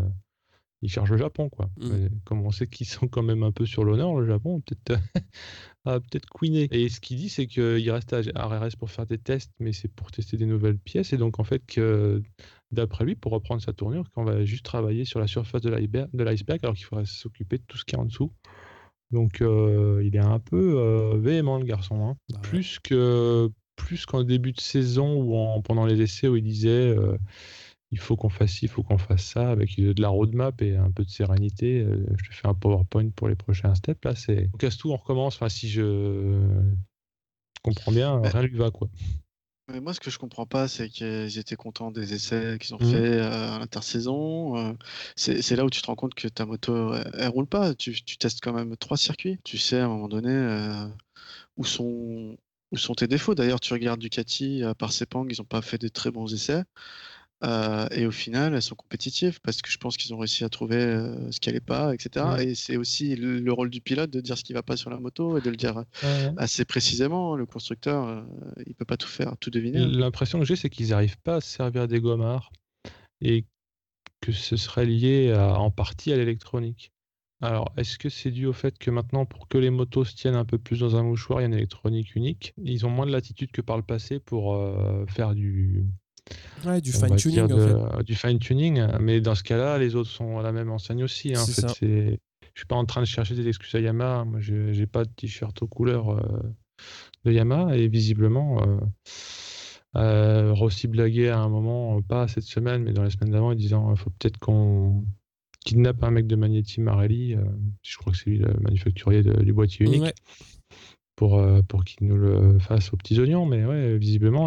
il charge le Japon, quoi. Mm. Mais comme on sait qu'ils sont quand même un peu sur l'honneur, le Japon, peut-être peut-être queené. Et ce qu'il dit, c'est qu'il reste à RRS pour faire des tests, mais c'est pour tester des nouvelles pièces. Et donc, en fait, d'après lui, pour reprendre sa tournure, qu'on va juste travailler sur la surface de l'iceberg, alors qu'il faudrait s'occuper de tout ce qui est en dessous. Donc, il est un peu véhément, le garçon. Hein. Bah ouais. Plus qu'en début de saison ou pendant les essais où il disait il faut qu'on fasse ci, il faut qu'on fasse ça, avec de la roadmap et un peu de sérénité. Je te fais un PowerPoint pour les prochains steps. Là, on casse tout, on recommence. Enfin, si je comprends bien, Mais, rien lui va, quoi. mais moi, ce que je comprends pas, c'est qu'ils étaient contents des essais qu'ils ont Mhm. fait à l'intersaison. C'est là où tu te rends compte que ta moto, elle roule pas. Tu testes quand même 3 circuits. Tu sais à un moment donné où sont, où sont tes défauts. D'ailleurs, tu regardes Ducati, à part Sepang, ils n'ont pas fait de très bons essais. Et au final, elles sont compétitives parce que je pense qu'ils ont réussi à trouver ce qui allait pas, etc. Mhm. Et c'est aussi le rôle du pilote de dire ce qui va pas sur la moto et de le dire Ouais. assez précisément. Le constructeur, il peut pas tout faire, tout deviner. Hein. L'impression que j'ai, c'est qu'ils n'arrivent pas à se servir des gommards et que ce serait lié en partie à l'électronique. Alors, est-ce que c'est dû au fait que maintenant, pour que les motos se tiennent un peu plus dans un mouchoir, il y a une électronique unique? Ils ont moins de latitude que par le passé pour faire Ouais, du on va dire fine-tuning, en fait. du fine-tuning, mais dans ce cas-là, les autres sont à la même enseigne aussi. Hein, en C'est fait, ça. je suis pas en train de chercher des excuses à Yamaha. Moi, j'ai pas de t-shirt aux couleurs de Yamaha et visiblement, Rossi blaguait à un moment, pas cette semaine, mais dans les semaines d'avant, en disant il faut peut-être qu'on kidnappe un mec de Magneti Marelli, je crois que c'est lui le manufacturier du boîtier unique, Ouais. pour qu'il nous le fasse aux petits oignons. Mais ouais, visiblement,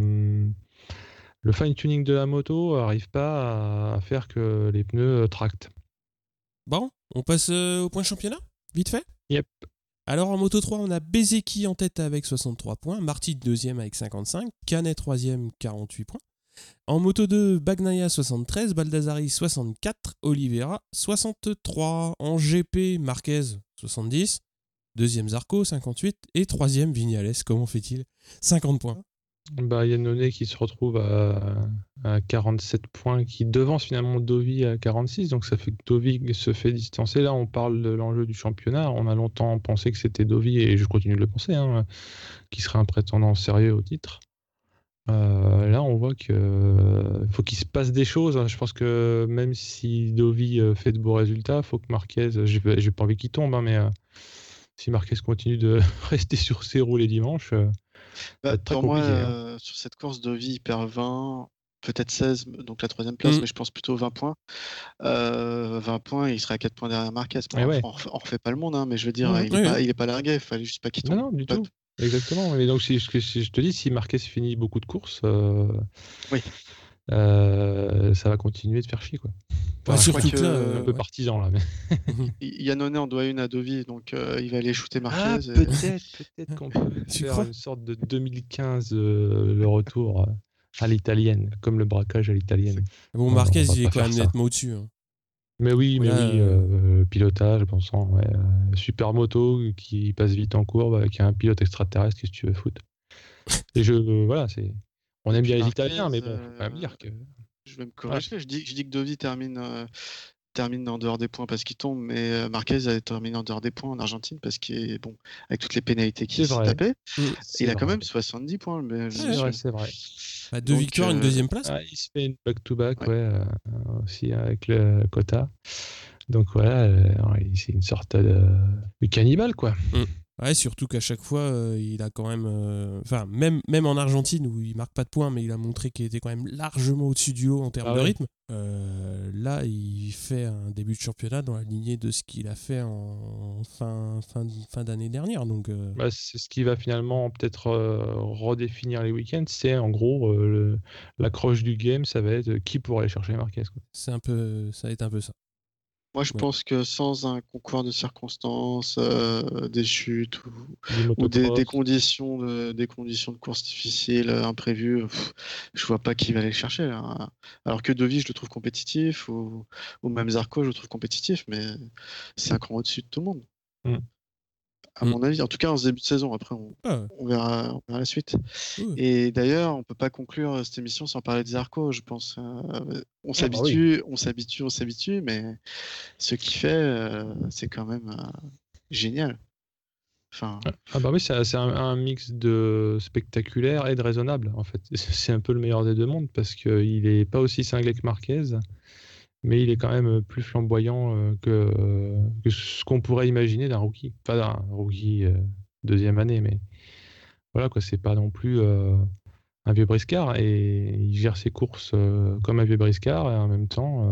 le fine-tuning de la moto n'arrive pas à faire que les pneus tractent. Bon, on passe au point championnat, vite fait. Yep. Alors en Moto 3, on a Bezeki en tête avec 63 points, Marty deuxième avec 55, Canet troisième 48 points. En Moto 2, Bagnaia 73, Baldassari 64, Oliveira 63. En GP, Marquez 70, deuxième Zarco 58 et troisième Vignales, comment fait-il 50 points. Bah, Yannone qui se retrouve à 47 points, qui devance finalement Dovi à 46, donc ça fait que Dovi se fait distancer. Là, on parle de l'enjeu du championnat. On a longtemps pensé que c'était Dovi, et je continue de le penser, hein, qui serait un prétendant sérieux au titre. Là, on voit qu'il faut qu'il se passe des choses. Hein. Je pense que même si Dovi fait de beaux résultats, il faut que Marquez, j'ai pas envie qu'il tombe, hein, mais si Marquez continue de rester sur ses roues les dimanches, ça va être très Pour moi, compliqué. Hein. sur cette course, Dovi il perd 20, peut-être 16, donc la troisième place, mais je pense plutôt 20 points. 20 points, il serait à 4 points derrière Marquez. Bon, Et ouais. on refait pas le monde, hein, mais je veux dire, il est pas largué, il fallait juste pas qu'il tombe. Non, du tout. Exactement. Mais donc, si je te dis, si Marquez finit beaucoup de courses, Oui. Ça va continuer de faire chier, quoi. Ouais, Je surtout crois que là, un peu partisan, là. Mais... Yannone en doit une à Dovi, donc il va aller shooter Marquez. Peut-être qu'on peut faire une sorte de 2015, le retour à l'italienne, comme le braquage à l'italienne. bon, Non, Marquez, on va il est pas quand faire même ça. nettement au-dessus. Hein. Mais oui, Là, pilotage, bon sang, super moto qui passe vite en courbe avec un pilote extraterrestre, qu'est-ce que tu veux foutre. Et on Et aime puis bien les Marquez, Italiens, mais bon, faut quand même dire que. je vais me Voilà. corriger. Je dis que Dovi termine en dehors des points parce qu'il tombe, mais Marquez a terminé en dehors des points en Argentine parce qu'il est bon avec toutes les pénalités qu'il C'est s'est vrai. tapé. C'est Il a quand vrai. même 70 points, le C'est monsieur. vrai, c'est vrai. Bah, 2 Donc, victoires, une deuxième place. Il se fait une back-to-back, Ouais. aussi avec le quota. Donc voilà, c'est une sorte de cannibale, quoi. Ouais, surtout qu'à chaque fois, il a quand même. Enfin, même en Argentine où il marque pas de points, mais il a montré qu'il était quand même largement au-dessus du lot en termes de ouais. rythme. Là, il fait un début de championnat dans la lignée de ce qu'il a fait en fin d'année dernière. Donc, Bah, c'est ce qui va finalement peut-être redéfinir les week-ends. C'est en gros l'accroche du game, ça va être qui pourra aller chercher Marquez, quoi. ça va être un peu ça. Moi, je Ouais. pense que sans un concours de circonstances, des chutes Du ou des motocross. conditions de course difficiles, imprévues, je vois pas qui va aller le chercher, hein. Alors que Dovi, je le trouve compétitif, ou même Zarco, je le trouve compétitif, mais c'est un cran au-dessus de tout le monde, Mm. à mon avis. En tout cas, en ce début de saison. Après, Ah, on verra la suite. ouais. Et d'ailleurs, on peut pas conclure cette émission sans parler de Zarco, je pense. On Ah bah oui. s'habitue, mais ce qu'il fait, c'est quand même génial. Enfin, Ah bah oui, c'est un mix de spectaculaire et de raisonnable, en fait. C'est un peu le meilleur des deux mondes parce qu'il est pas aussi cinglé que Marquez, mais il est quand même plus flamboyant que ce qu'on pourrait imaginer d'un rookie. Enfin, d'un rookie deuxième année, mais voilà, quoi, c'est pas non plus un vieux briscard, et il gère ses courses comme un vieux briscard, et en même temps,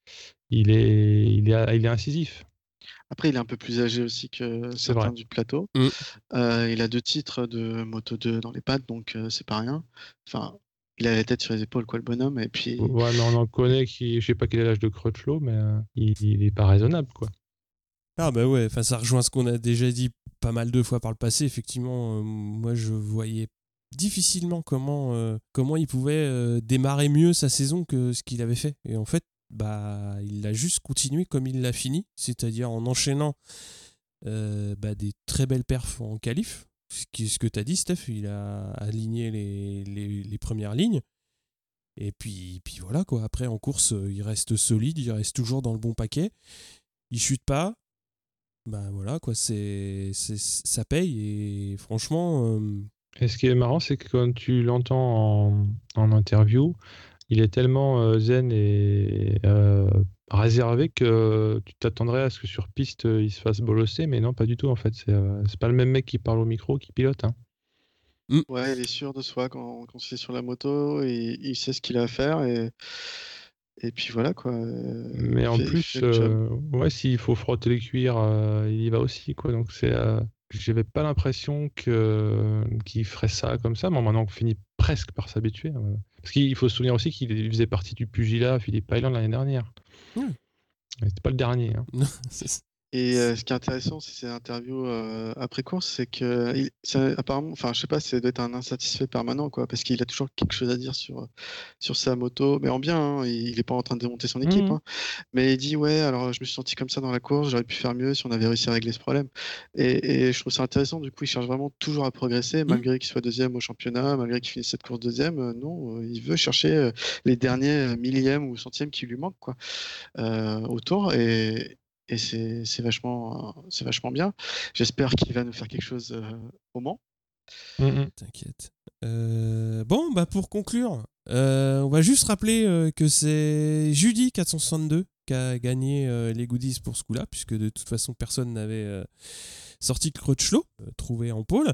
il est incisif. après, il est un peu plus âgé aussi que C'est vrai. certains du plateau. Mm. Il a 2 titres de Moto 2 dans les pattes, donc c'est pas rien. Enfin, il a la tête sur les épaules, quoi, le bonhomme. Et puis, Ouais, mais on en connaît je sais pas quel est l'âge de Crutchlow, mais il est pas raisonnable, quoi. Ah bah ouais, ça rejoint ce qu'on a déjà dit pas mal de fois par le passé. Effectivement, moi je voyais difficilement comment il pouvait démarrer mieux sa saison que ce qu'il avait fait. Et en fait, bah il a juste continué comme il l'a fini, c'est-à-dire en enchaînant des très belles perfs en qualif. Ce que tu as dit, Steph, il a aligné les premières lignes. Et puis voilà quoi. Après en course, il reste solide, il reste toujours dans le bon paquet. Il chute pas. Bah voilà quoi, ça paye et franchement. Et ce qui est marrant, c'est que quand tu l'entends en interview, il est tellement zen et réservé que tu t'attendrais à ce que sur piste, il se fasse bolosser, mais non, pas du tout, en fait. C'est pas le même mec qui parle au micro qui pilote, hein. ouais, il est sûr de soi quand il est sur la moto, et il sait ce qu'il a à faire, et puis voilà, quoi. Mais en Il plus, fait le job. ouais, s'il faut frotter les cuirs, il y va aussi, quoi. Donc j'avais pas l'impression qu'il ferait ça comme ça, mais maintenant on finit presque par s'habituer. Parce qu'il faut se souvenir aussi qu'il faisait partie du pugilat Philippe Island l'année dernière. Ouais. C'était pas le dernier, hein. Et ce qui est intéressant, c'est ces interviews après course, c'est que apparemment, enfin, je sais pas, ça doit être un insatisfait permanent, quoi, parce qu'il a toujours quelque chose à dire sur sa moto, mais en bien, hein. Il est pas en train de démonter son équipe, Mhm. hein. Mais il dit, ouais, alors je me suis senti comme ça dans la course, j'aurais pu faire mieux si on avait réussi à régler ce problème. Et je trouve ça intéressant. Du coup, il cherche vraiment toujours à progresser, malgré qu'il soit deuxième au championnat, malgré qu'il finisse cette course deuxième. Non, il veut chercher les derniers millièmes ou centièmes qui lui manquent, quoi, autour. Et c'est vachement bien. J'espère qu'il va nous faire quelque chose au Mans. Mhm. T'inquiète. Bon, bah pour conclure, on va juste rappeler que c'est Judy 462 qui a gagné les goodies pour ce coup-là, puisque de toute façon personne n'avait sorti le Crutchlow trouvé en pôle.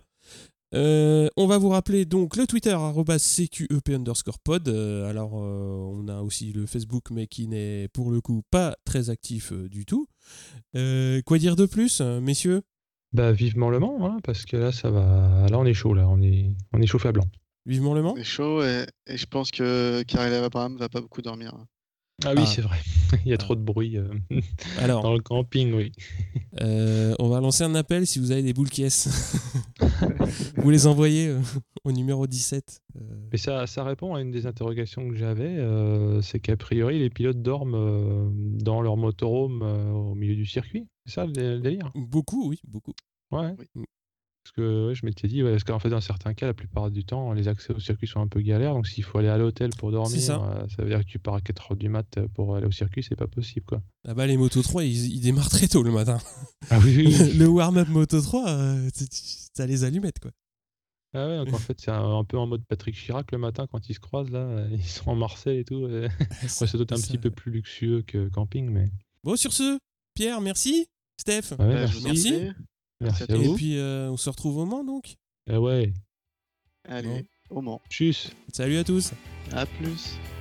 On va vous rappeler donc le Twitter @cqep_pod. Alors on a aussi le Facebook, mais qui n'est pour le coup pas très actif du tout. Quoi dire de plus, messieurs? Bah, vivement Le Mans, hein, parce que là, ça va. Là, on est chaud, là. On est chauffé à blanc. Vivement Le On Mans. est chaud, et je pense que Karel Abraham va pas beaucoup dormir. Ah oui, Ah. c'est vrai. Il y a trop de bruit Alors, dans le camping, oui. on va lancer un appel si vous avez des boules caisses. Vous les envoyez au numéro 17. Mais ça répond à une des interrogations que j'avais, c'est qu'a priori, les pilotes dorment dans leur motorhome au milieu du circuit. C'est ça le délire? Beaucoup, oui, beaucoup. Ouais. Oui. Parce que ouais, je m'étais dit, parce qu'en fait, dans certains cas, la plupart du temps, les accès au circuit sont un peu galères. Donc, s'il faut aller à l'hôtel pour dormir, ça. ça veut dire que tu pars à 4h du mat pour aller au circuit, c'est pas possible, quoi. Là-bas, les Moto 3, ils démarrent très tôt le matin. Ah oui, oui. Le warm-up Moto 3, t'as les allumettes, quoi. Ah ouais, donc en fait, c'est un peu en mode Patrick Chirac le matin quand ils se croisent, là. Ils sont en Marseille et tout. Ouais, c'est peut-être un petit peu plus luxueux que camping, mais. Bon, sur ce, Pierre, merci. Steph, Ouais, Bah, je vous en merci. prie. Merci à tous. Et vous. puis, on se retrouve au Mans, donc. Ah ouais. Allez, au Mans. Tchuss. Salut à tous. À plus.